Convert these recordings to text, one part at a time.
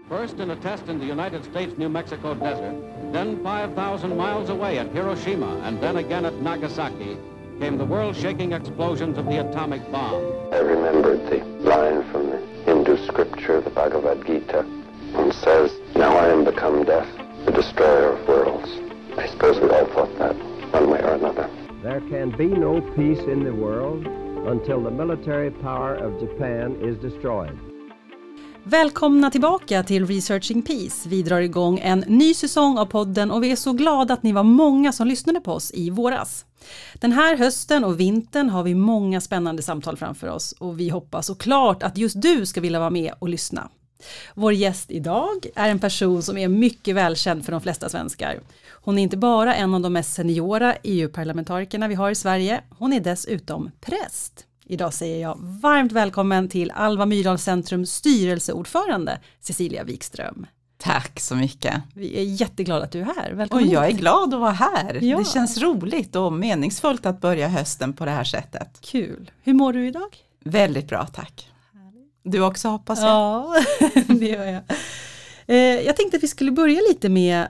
First in a test in the United States New Mexico desert, then 5,000 miles away at Hiroshima, and then again at Nagasaki, came the world-shaking explosions of the atomic bomb. I remembered the line from the Hindu scripture, the Bhagavad Gita, and says, "Now I am become death, the destroyer of worlds." I suppose we all thought that, one way or another. There can be no peace in the world until the military power of Japan is destroyed. Välkomna tillbaka till Researching Peace. Vi drar igång en ny säsong av podden och vi är så glada att ni var många som lyssnade på oss i våras. Den här hösten och vintern har vi många spännande samtal framför oss och vi hoppas såklart att just du ska vilja vara med och lyssna. Vår gäst idag är en person som är mycket välkänd för de flesta svenskar. Hon är inte bara en av de mest seniora EU-parlamentarikerna vi har i Sverige, hon är dessutom präst. Idag säger jag varmt välkommen till Alva Myrdal Centrums styrelseordförande Cecilia Wikström. Tack så mycket. Vi är jätteglada att du är här. Välkommen. Och jag är glad att vara här. Ja. Det känns roligt och meningsfullt att börja hösten på det här sättet. Kul. Hur mår du idag? Väldigt bra, tack. Du också, hoppas jag. Ja, det gör jag. Jag tänkte att vi skulle börja lite med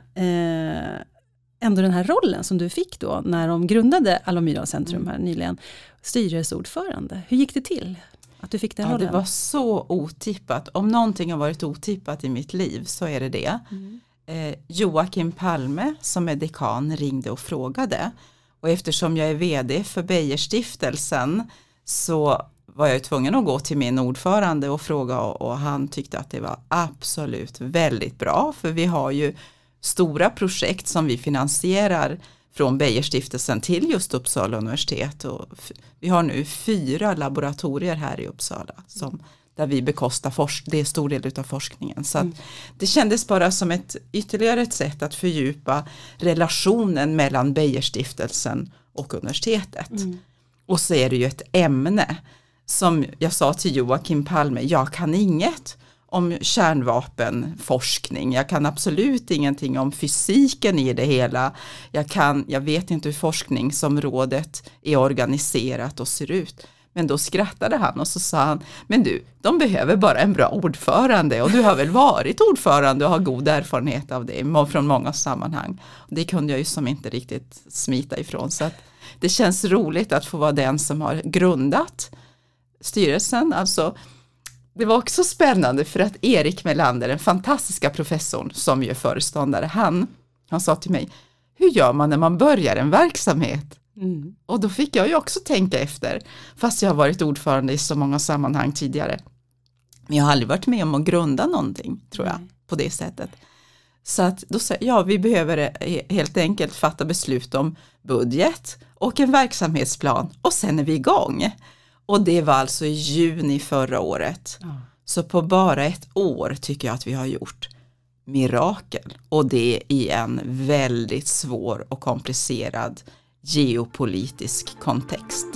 ändå den här rollen som du fick då när de grundade Alva Myrdal Centrum här nyligen. Styrelseordförande. Hur gick det till att du fick den rollen? Det var så otippat. Om någonting har varit otippat i mitt liv så är det det. Joakim Palme som är dekan ringde och frågade. Och eftersom jag är vd för Beijerstiftelsen så var jag tvungen att gå till min ordförande och fråga och han tyckte att det var absolut väldigt bra. För vi har ju stora projekt som vi finansierar från Beijerstiftelsen till just Uppsala universitet. Och vi har nu 4 laboratorier här i Uppsala där vi bekostar det är stor del av forskningen. Så att det kändes bara som ytterligare ett sätt att fördjupa relationen mellan Beijerstiftelsen och universitetet. Och så är det ju ett ämne som jag sa till Joakim Palme, jag kan inget om kärnvapenforskning. Jag kan absolut ingenting om fysiken i det hela. Jag vet inte hur forskningsområdet är organiserat och ser ut. Men då skrattade han och så sa han, men du, de behöver bara en bra ordförande och du har väl varit ordförande och har god erfarenhet av det från många sammanhang. Det kunde jag ju som inte riktigt smita ifrån. Så att det känns roligt att få vara den som har grundat styrelsen. Alltså, det var också spännande för att Erik Melander, den fantastiska professorn som ju är föreståndare, han sa till mig, hur gör man när man börjar en verksamhet? Och då fick jag ju också tänka efter, fast jag har varit ordförande i så många sammanhang tidigare. Men jag har aldrig varit med om att grunda någonting, tror jag, på det sättet. Så att då säger jag, vi behöver helt enkelt fatta beslut om budget och en verksamhetsplan och sen är vi igång. Och det var alltså i juni förra året. Så på bara ett år tycker jag att vi har gjort mirakel. Och det i en väldigt svår och komplicerad geopolitisk kontext.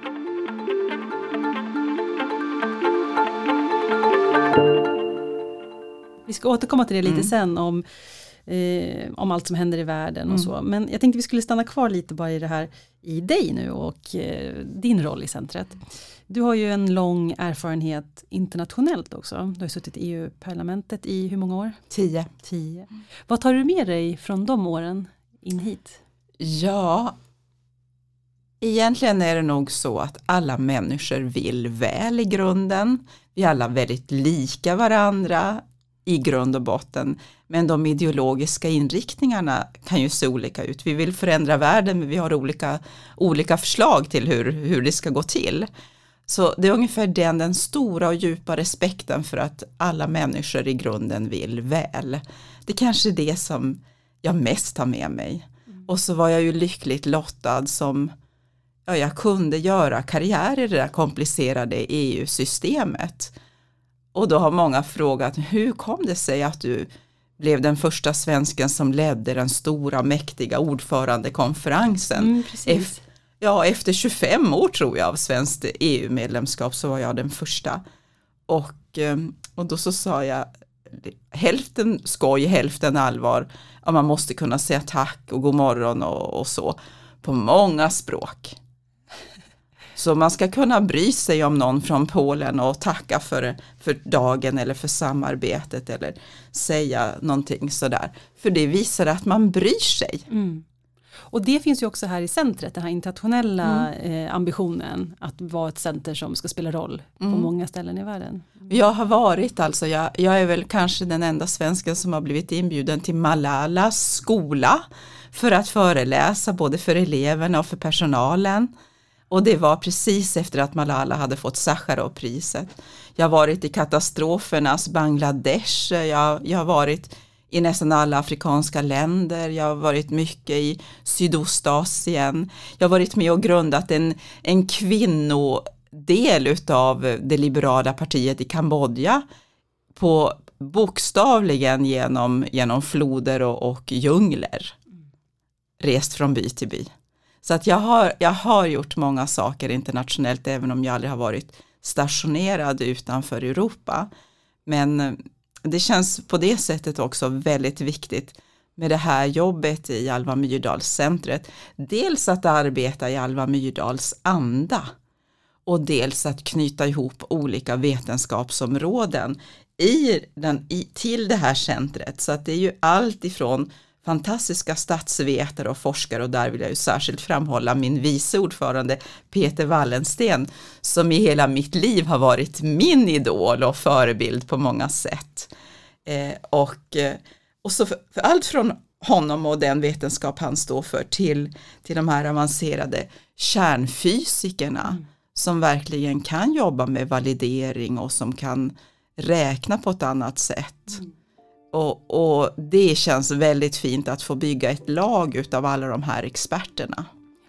Vi ska återkomma till det lite sen om allt som händer i världen och så. Men jag tänkte vi skulle stanna kvar lite bara i det här i dig nu och din roll i centret. Du har ju en lång erfarenhet internationellt också. Du har suttit i EU-parlamentet i hur många år? 10. Vad tar du med dig från de åren in hit? Ja, egentligen är det nog så att alla människor vill väl i grunden. Vi är alla väldigt lika varandra i grund och botten. Men de ideologiska inriktningarna kan ju se olika ut. Vi vill förändra världen men vi har olika förslag till hur det ska gå till. Så det är ungefär den stora och djupa respekten för att alla människor i grunden vill väl. Det kanske är det som jag mest har med mig. Och så var jag ju lyckligt lottad som jag kunde göra karriär i det där komplicerade EU-systemet. Och då har många frågat, hur kom det sig att du blev den första svensken som ledde den stora mäktiga ordförandekonferensen? Efter 25 år tror jag av svenskt EU-medlemskap så var jag den första. Och då så sa jag, hälften skoj, hälften allvar. Ja, man måste kunna säga tack och god morgon och så på många språk. Så man ska kunna bry sig om någon från Polen och tacka för dagen eller för samarbetet eller säga någonting sådär. För det visar att man bryr sig. Mm. Och det finns ju också här i centret, den här internationella ambitionen att vara ett center som ska spela roll på många ställen i världen. Jag har varit jag är väl kanske den enda svensken som har blivit inbjuden till Malalas skola för att föreläsa både för eleverna och för personalen. Och det var precis efter att Malala hade fått Sacharov-priset. Jag har varit i katastrofernas Bangladesh, jag har varit i nästan alla afrikanska länder, jag har varit mycket i Sydostasien. Jag har varit med och grundat en kvinnodel utav det liberala partiet i Kambodja på bokstavligen genom floder och djungler. Rest från by till by. Så att jag har gjort många saker internationellt även om jag aldrig har varit stationerad utanför Europa. Men det känns på det sättet också väldigt viktigt med det här jobbet i Alva Myrdalscentret. Dels att arbeta i Alva Myrdals anda och dels att knyta ihop olika vetenskapsområden till det här centret. Så att det är ju allt ifrån fantastiska statsvetare och forskare, och där vill jag ju särskilt framhålla min vice ordförande Peter Wallensten som i hela mitt liv har varit min idol och förebild på många sätt. Och så för allt från honom och den vetenskap han står för till de här avancerade kärnfysikerna som verkligen kan jobba med validering och som kan räkna på ett annat sätt. Och det känns väldigt fint att få bygga ett lag utav alla de här experterna.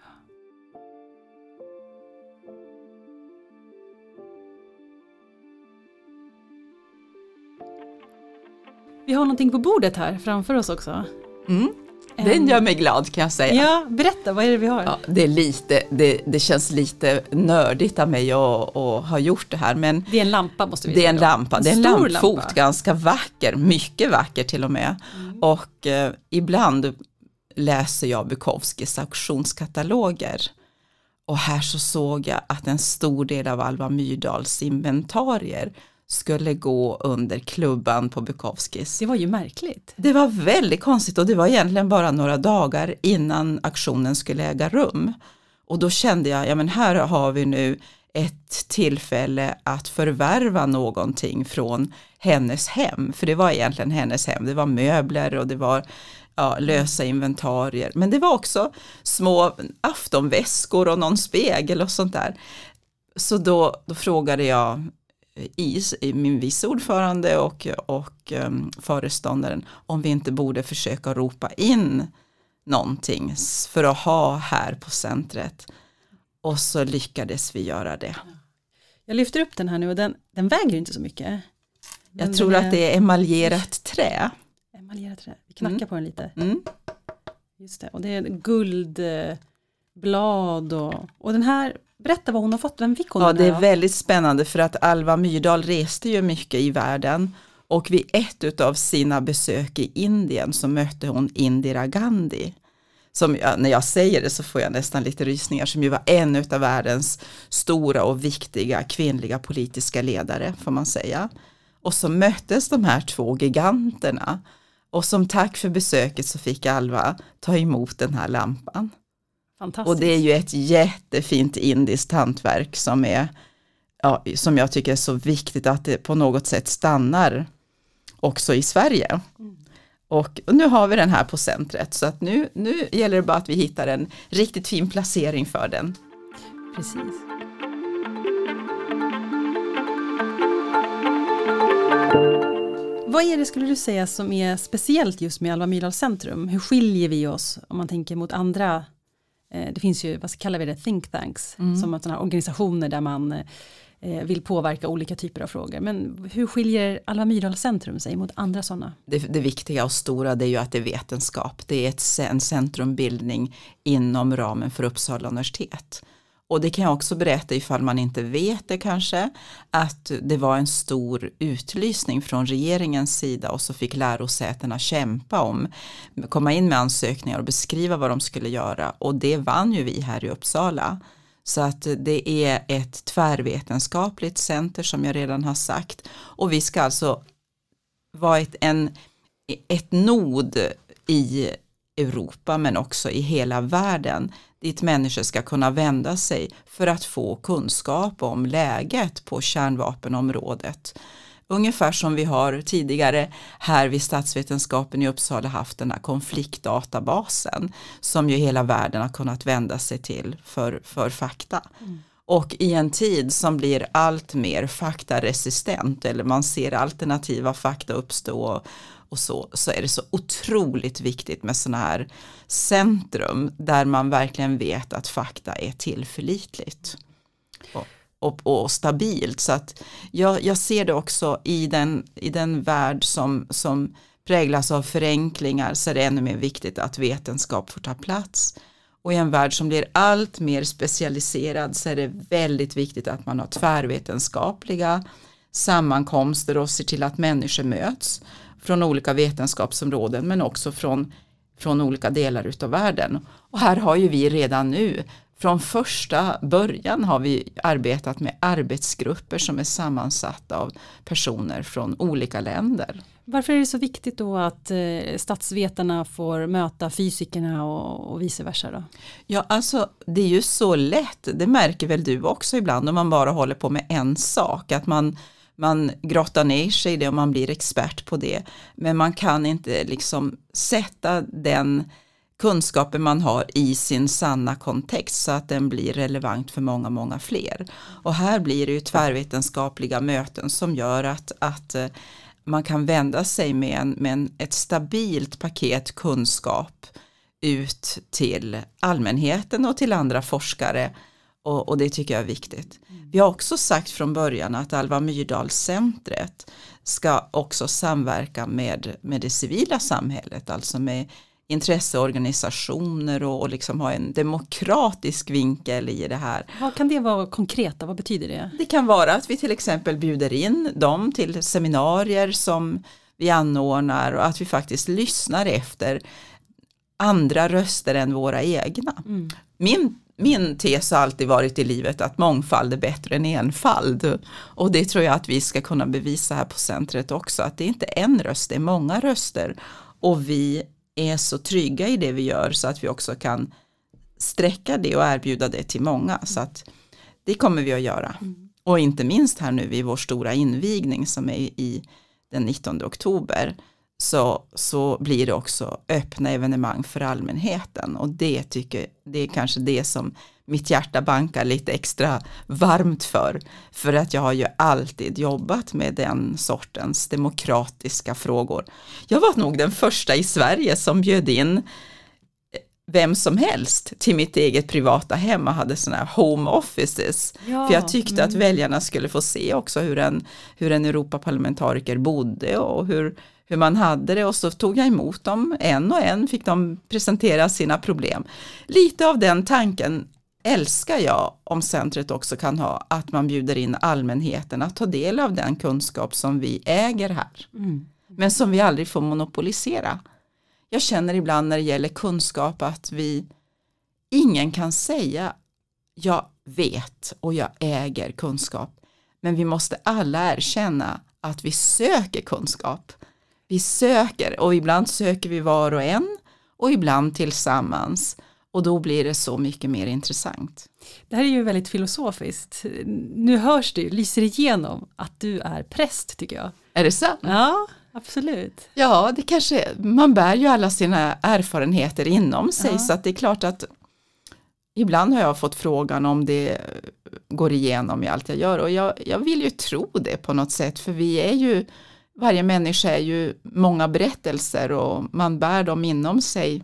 Vi har någonting på bordet här framför oss också. Den gör mig glad kan jag säga. Ja, berätta, vad är det vi har? Ja, det känns lite nördigt av mig att ha gjort det här. Men det är en lampa måste vi säga. Det är en lampa, det är en lampfot, lampa. Ganska vacker, mycket vacker till och med. Och ibland läser jag Bukowskis auktionskataloger. Och här så såg jag att en stor del av Alva Myrdals inventarier skulle gå under klubban på Bukowskis. Det var ju märkligt. Det var väldigt konstigt och det var egentligen bara några dagar innan auktionen skulle äga rum. Och då kände jag, ja men här har vi nu ett tillfälle att förvärva någonting från hennes hem. För det var egentligen hennes hem. Det var möbler och det var lösa inventarier. Men det var också små aftonväskor och någon spegel och sånt där. Så då frågade jag i min vice ordförande och föreståndaren om vi inte borde försöka ropa in någonting för att ha här på centret. Och så lyckades vi göra det. Jag lyfter upp den här nu och den väger inte så mycket. Jag tror att det är emaljerat trä. Emaljerat trä. Vi knackar på den lite. Just det. Och det är guldblad och den här. Berätta vad hon har fått, vem fick hon? Ja, det är väldigt spännande för att Alva Myrdal reste ju mycket i världen och vid ett av sina besök i Indien så mötte hon Indira Gandhi. Som när jag säger det så får jag nästan lite rysningar, som ju var en av världens stora och viktiga kvinnliga politiska ledare får man säga. Och så möttes de här två giganterna och som tack för besöket så fick Alva ta emot den här lampan. Och det är ju ett jättefint indiskt hantverk som jag tycker är så viktigt att det på något sätt stannar också i Sverige. Och nu har vi den här på centret så att nu gäller det bara att vi hittar en riktigt fin placering för den. Precis. Vad är det skulle du säga som är speciellt just med Alva Myrdals centrum? Hur skiljer vi oss om man tänker mot andra? Det finns ju, vad kallar vi det, think tanks, som sådana här organisationer där man vill påverka olika typer av frågor. Men hur skiljer Alva Myrdals centrum sig mot andra sådana? Det viktiga och stora det är ju att det är vetenskap. Det är en centrumbildning inom ramen för Uppsala universitet. Och det kan jag också berätta ifall man inte vet det kanske, att det var en stor utlysning från regeringens sida och så fick lärosätena kämpa om, komma in med ansökningar och beskriva vad de skulle göra och det vann ju vi här i Uppsala. Så att det är ett tvärvetenskapligt center som jag redan har sagt. Och vi ska alltså vara ett nod i Europa men också i hela världen dit människor ska kunna vända sig för att få kunskap om läget på kärnvapenområdet. Ungefär som vi har tidigare här vid Statsvetenskapen i Uppsala haft den här konfliktdatabasen som ju hela världen har kunnat vända sig till för fakta. Och i en tid som blir allt mer faktaresistent eller man ser alternativa fakta uppstå och så är det så otroligt viktigt med sådana här centrum där man verkligen vet att fakta är tillförlitligt och stabilt. Så att jag ser det också i den värld som präglas av förenklingar, så är det ännu mer viktigt att vetenskap får ta plats. Och i en värld som blir allt mer specialiserad så är det väldigt viktigt att man har tvärvetenskapliga sammankomster och ser till att människor möts från olika vetenskapsområden men också från olika delar utav världen. Och här har ju vi redan nu, från första början har vi arbetat med arbetsgrupper som är sammansatta av personer från olika länder. Varför är det så viktigt då att statsvetarna får möta fysikerna och vice versa då? Ja, alltså det är ju så lätt, det märker väl du också ibland om man bara håller på med en sak, att man grottar ner sig i det och man blir expert på det. Men man kan inte liksom sätta den kunskapen man har i sin sanna kontext så att den blir relevant för många, många fler. Och här blir det ju tvärvetenskapliga möten som gör att man kan vända sig med ett stabilt paket kunskap ut till allmänheten och till andra forskare. Och det tycker jag är viktigt. Vi har också sagt från början att Alva Myrdal-centret ska också samverka med det civila samhället, alltså med intresseorganisationer och liksom ha en demokratisk vinkel i det här. Vad kan det vara konkreta? Vad betyder det? Det kan vara att vi till exempel bjuder in dem till seminarier som vi anordnar och att vi faktiskt lyssnar efter andra röster än våra egna. Min tes har alltid varit i livet att mångfald är bättre än enfald. Och det tror jag att vi ska kunna bevisa här på centret också. Att det är inte en röst, det är många röster. Och vi är så trygga i det vi gör så att vi också kan sträcka det och erbjuda det till många. Så att det kommer vi att göra. Och inte minst här nu vid vår stora invigning som är i den 19 oktober. Så blir det också öppna evenemang för allmänheten och det är kanske det som mitt hjärta bankar lite extra varmt för att jag har ju alltid jobbat med den sortens demokratiska frågor. Jag var nog den första i Sverige som bjöd in vem som helst till mitt eget privata hem och hade såna här home offices. Ja, för jag tyckte att väljarna skulle få se också hur en Europaparlamentariker bodde och hur man hade det, och så tog jag emot dem en och en, fick de presentera sina problem. Lite av den tanken älskar jag om centret också kan ha, att man bjuder in allmänheten att ta del av den kunskap som vi äger här. Men som vi aldrig får monopolisera. Jag känner ibland när det gäller kunskap att ingen kan säga jag vet och jag äger kunskap. Men vi måste alla erkänna att vi söker kunskap. Vi söker och ibland söker vi var och en och ibland tillsammans. Och då blir det så mycket mer intressant. Det här är ju väldigt filosofiskt. Nu hörs det, lyser igenom att du är präst tycker jag. Är det sant? Ja, absolut. Ja, det kanske, man bär ju alla sina erfarenheter inom sig. Så att det är klart att ibland har jag fått frågan om det går igenom i allt jag gör. Och jag vill ju tro det på något sätt, för varje människa är ju många berättelser och man bär dem inom sig.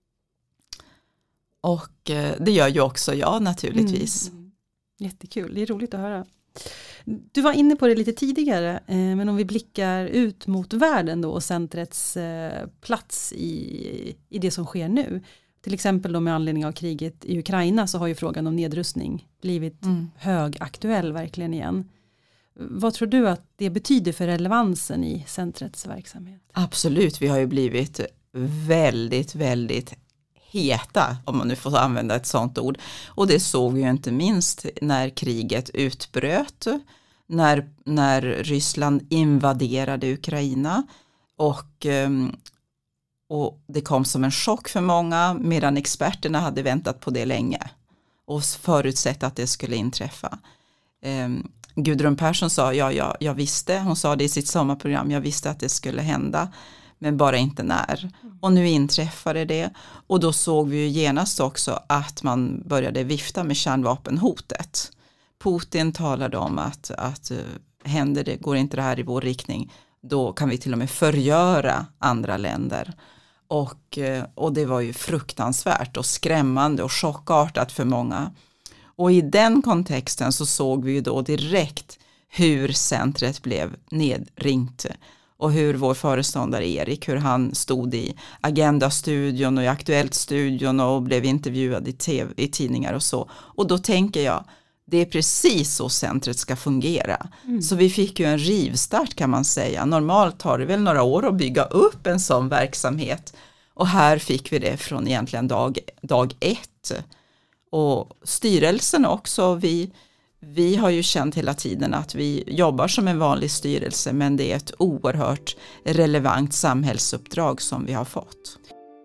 Och det gör ju också jag naturligtvis. Jättekul, det är roligt att höra. Du var inne på det lite tidigare, men om vi blickar ut mot världen då och centrets plats i det som sker nu. Till exempel då med anledning av kriget i Ukraina så har ju frågan om nedrustning blivit högaktuell verkligen igen. Vad tror du att det betyder för relevansen i centrets verksamhet? Absolut, vi har ju blivit väldigt, väldigt heta, om man nu får använda ett sånt ord. Och det såg vi ju inte minst när kriget utbröt, när Ryssland invaderade Ukraina och det kom som en chock för många, medan experterna hade väntat på det länge och förutsett att det skulle inträffa. Gudrun Persson sa, jag visste, hon sa det i sitt sommarprogram, jag visste att det skulle hända, men bara inte när. Och nu inträffade det, och då såg vi ju genast också att man började vifta med kärnvapenhotet. Putin talade om att händer det, går inte det här i vår riktning, då kan vi till och med förgöra andra länder. Och det var ju fruktansvärt och skrämmande och chockartat för många. Och i den kontexten så såg vi ju då direkt hur centret blev nedringt och hur vår föreståndare Erik, hur han stod i Agenda-studion och i Aktuellt-studion och blev intervjuad i tidningar och så. Och då tänker jag, det är precis så centret ska fungera. Så vi fick ju en rivstart, kan man säga. Normalt tar det väl några år att bygga upp en sån verksamhet. Och här fick vi det från egentligen dag ett. Och styrelsen också, vi har ju känt hela tiden att vi jobbar som en vanlig styrelse, men det är ett oerhört relevant samhällsuppdrag som vi har fått.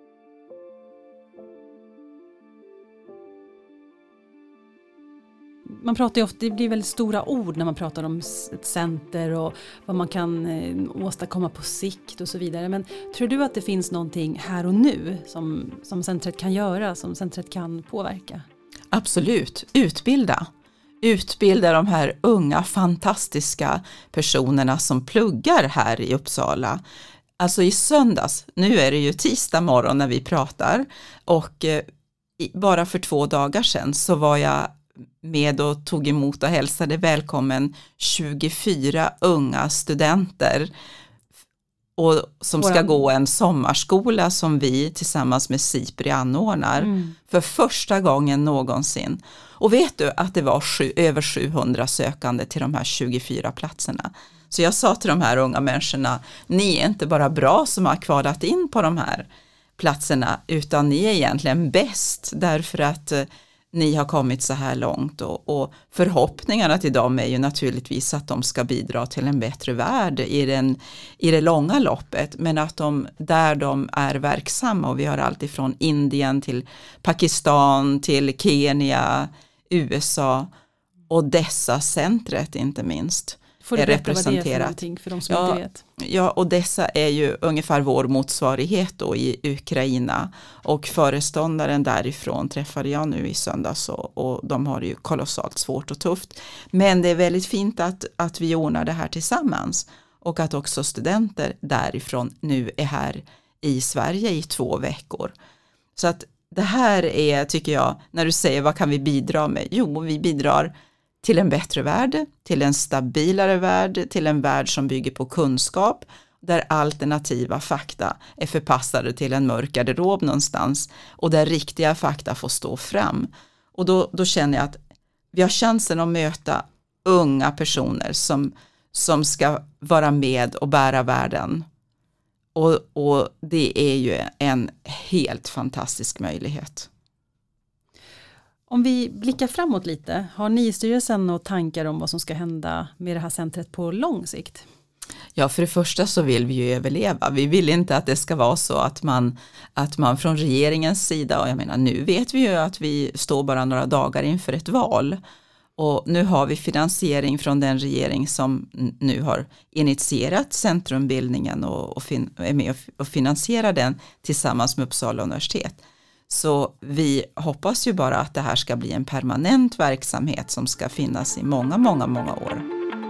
Man pratar ju ofta, det blir väldigt stora ord när man pratar om ett center och vad man kan åstadkomma på sikt och så vidare. Men tror du att det finns någonting här och nu som centret kan göra, som centret kan påverka? Absolut, utbilda de här unga fantastiska personerna som pluggar här i Uppsala. Alltså i söndags, nu är det ju tisdag morgon när vi pratar, och bara för 2 dagar sedan så var jag med och tog emot och hälsade välkommen 24 unga studenter och som ska gå en sommarskola som vi tillsammans med SIPRI anordnar för första gången någonsin. Och vet du att det var över 700 sökande till de här 24 platserna. Så jag sa till de här unga människorna, ni är inte bara bra som har kvalat in på de här platserna, utan ni är egentligen bäst därför att ni har kommit så här långt, och förhoppningarna till dem är ju naturligtvis att de ska bidra till en bättre värld i det långa loppet, men att där de är verksamma, och vi har allt ifrån Indien till Pakistan till Kenya, USA, och dessa centret inte minst är representerat. För de som inte vet. Ja, och dessa är ju ungefär vår motsvarighet då i Ukraina, och föreståndaren därifrån träffade jag nu i söndags, och de har det ju kolossalt svårt och tufft. Men det är väldigt fint att vi ordnar det här tillsammans, och att också studenter därifrån nu är här i Sverige i 2 veckor. Så att det här är, tycker jag, när du säger vad kan vi bidra med? Jo, vi bidrar till en bättre värld, till en stabilare värld, till en värld som bygger på kunskap, där alternativa fakta är förpassade till en mörk garderob någonstans, och där riktiga fakta får stå fram. Och då känner jag att vi har chansen att möta unga personer som ska vara med och bära världen. Och det är ju en helt fantastisk möjlighet. Om vi blickar framåt lite, har ni i styrelsen några tankar om vad som ska hända med det här centret på lång sikt? Ja, för det första så vill vi ju överleva. Vi vill inte att det ska vara så att man från regeringens sida, och jag menar nu vet vi ju att vi står bara några dagar inför ett val. Och nu har vi finansiering från den regering som nu har initierat centrumbildningen och är med och finansierar den tillsammans med Uppsala universitet. Så vi hoppas ju bara att det här ska bli en permanent verksamhet som ska finnas i många, många, många år.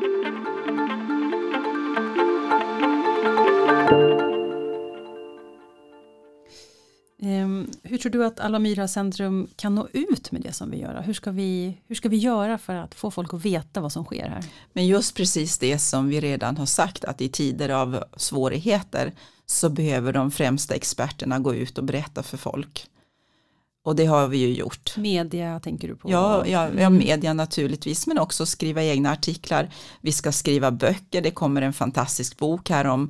Hur tror du att Alva Myrdals centrum kan nå ut med det som vi gör? Hur ska vi göra för att få folk att veta vad som sker här? Men just precis det som vi redan har sagt, att i tider av svårigheter så behöver de främsta experterna gå ut och berätta för folk. Och det har vi ju gjort. Media tänker du på? Ja, media naturligtvis, men också skriva egna artiklar. Vi ska skriva böcker, det kommer en fantastisk bok här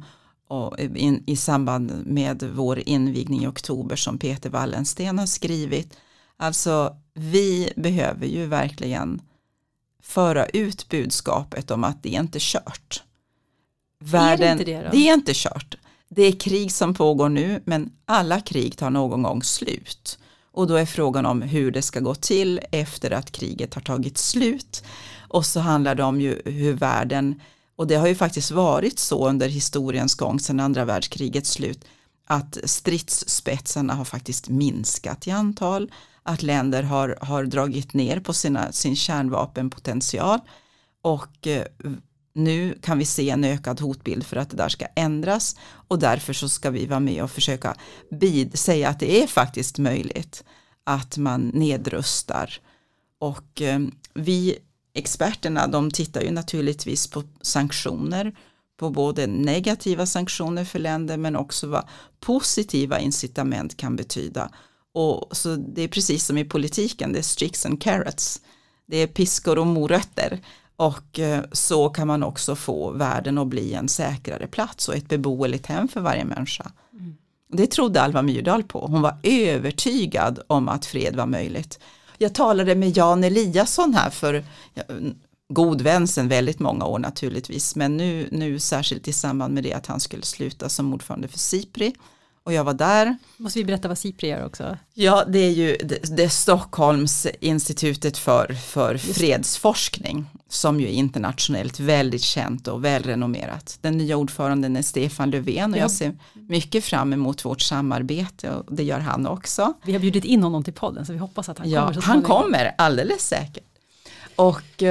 och i samband med vår invigning i oktober som Peter Wallensten har skrivit. Alltså vi behöver ju verkligen föra ut budskapet om att det är inte kört. Världen, är det inte det då? Det är inte kört. Det är krig som pågår nu, men alla krig tar någon gång slut. Och då är frågan om hur det ska gå till efter att kriget har tagit slut. Och så handlar det om ju hur världen, och det har ju faktiskt varit så under historiens gång sedan andra världskrigets slut, att stridsspetsarna har faktiskt minskat i antal, att länder har dragit ner på sin kärnvapenpotential, och nu kan vi se en ökad hotbild för att det där ska ändras, och därför så ska vi vara med och försöka säga att det är faktiskt möjligt att man nedrustar. Och vi experterna, de tittar ju naturligtvis på sanktioner, på både negativa sanktioner för länder men också vad positiva incitament kan betyda. Och så det är precis som i politiken, det är sticks and carrots, det är piskor och morötter. Och så kan man också få världen att bli en säkrare plats och ett beboeligt hem för varje människa. Mm. Det trodde Alva Myrdal på. Hon var övertygad om att fred var möjligt. Jag talade med Jan Eliasson här för god vän sedan väldigt många år naturligtvis. Men nu särskilt i samband med det att han skulle sluta som ordförande för SIPRI. Och jag var där. Måste vi berätta vad SIPRI gör också? Ja, det är ju det är Stockholms institutet för fredsforskning som ju är internationellt väldigt känt och välrenommerat. Den nya ordföranden är Stefan Löfven och jag ser mycket fram emot vårt samarbete och det gör han också. Vi har bjudit in honom till podden så vi hoppas att han kommer. Ja, han kommer alldeles säkert. Och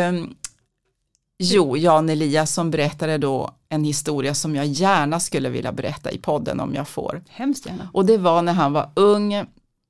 Jan Eliasson berättade då en historia som jag gärna skulle vilja berätta i podden om jag får. Hemskt gärna. Och det var när han var ung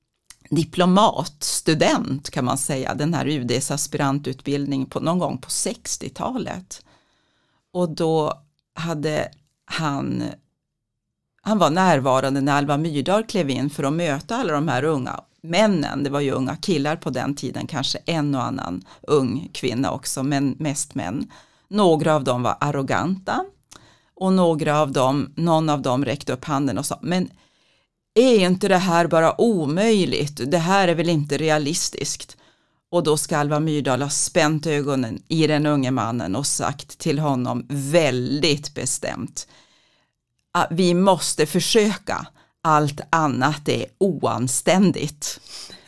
diplomatstudent kan man säga, den här UDs aspirantutbildning någon gång på 60-talet. Och då hade han var närvarande när Alva Myrdal klev in för att möta alla de här unga männen. Det var ju unga killar på den tiden, kanske en och annan ung kvinna också, men mest män. Några av dem var arroganta och någon av dem räckte upp handen och sa, men är inte det här bara omöjligt? Det här är väl inte realistiskt? Och då ska Alva Myrdal ha spänt ögonen i den unge mannen och sagt till honom väldigt bestämt: vi måste försöka, allt annat är oanständigt.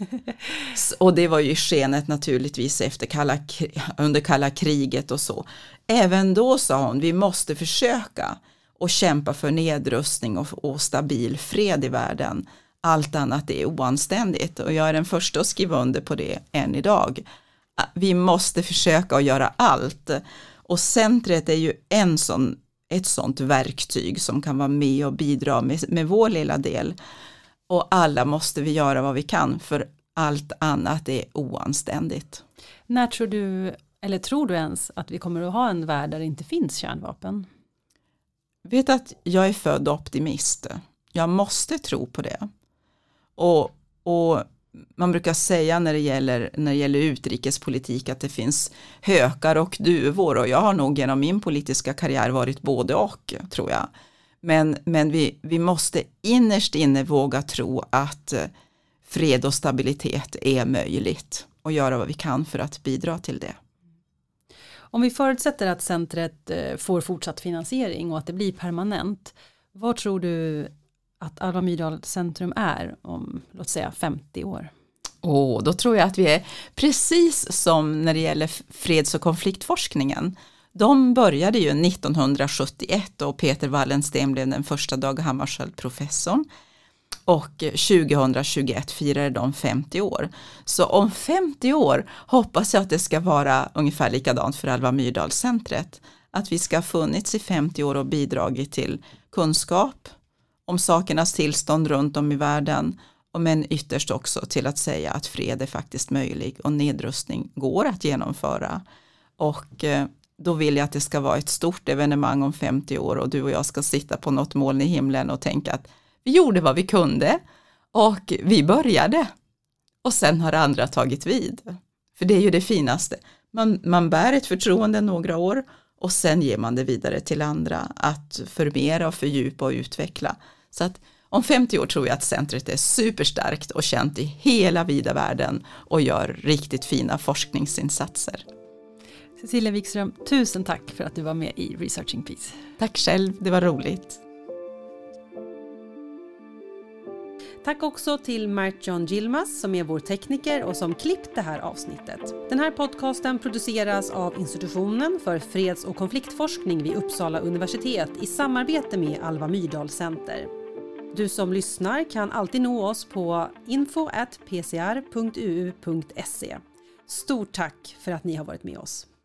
Och det var ju skenet naturligtvis under kalla kriget och så. Även då sa hon, vi måste försöka och kämpa för nedrustning och stabil fred i världen. Allt annat är oanständigt och jag är den första att skriva under på det än idag. Vi måste försöka och göra allt. Och centret är ju ett sånt verktyg som kan vara med och bidra med vår lilla del. Och alla måste vi göra vad vi kan för allt annat är oanständigt. När tror du ens att vi kommer att ha en värld där det inte finns kärnvapen? Vet att jag är född optimist. Jag måste tro på det. Och man brukar säga när det gäller utrikespolitik att det finns hökar och duvor, och jag har nog genom min politiska karriär varit både och, tror jag. Men vi måste innerst inne våga tro att fred och stabilitet är möjligt och göra vad vi kan för att bidra till det. Om vi förutsätter att centret får fortsatt finansiering och att det blir permanent, vad tror du att Alva Myrdal centrum är om, låt säga, 50 år? Då tror jag att vi är precis som när det gäller freds- och konfliktforskningen. De började ju 1971 och Peter Wallensten blev den första Dag Hammarskjöld-professorn. Och 2021 firade de 50 år. Så om 50 år hoppas jag att det ska vara ungefär likadant för Alva Myrdal-centret. Att vi ska ha funnits i 50 år och bidragit till kunskap om sakernas tillstånd runt om i världen. Men ytterst också till att säga att fred är faktiskt möjlig och nedrustning går att genomföra. Och då vill jag att det ska vara ett stort evenemang om 50 år och du och jag ska sitta på något moln i himlen och tänka att vi gjorde vad vi kunde och vi började. Och sen har andra tagit vid. För det är ju det finaste. Man bär ett förtroende några år och sen ger man det vidare till andra att förmera och fördjupa och utveckla. Så att om 50 år tror jag att centret är superstarkt och känt i hela vida världen och gör riktigt fina forskningsinsatser. Cecilia Wikström, tusen tack för att du var med i Researching Peace. Tack själv, det var roligt. Tack också till Mert-John Gilmas som är vår tekniker och som klippt det här avsnittet. Den här podcasten produceras av Institutionen för freds- och konfliktforskning vid Uppsala universitet i samarbete med Alva Myrdal Center. Du som lyssnar kan alltid nå oss på info@pcr.uu.se. Stort tack för att ni har varit med oss.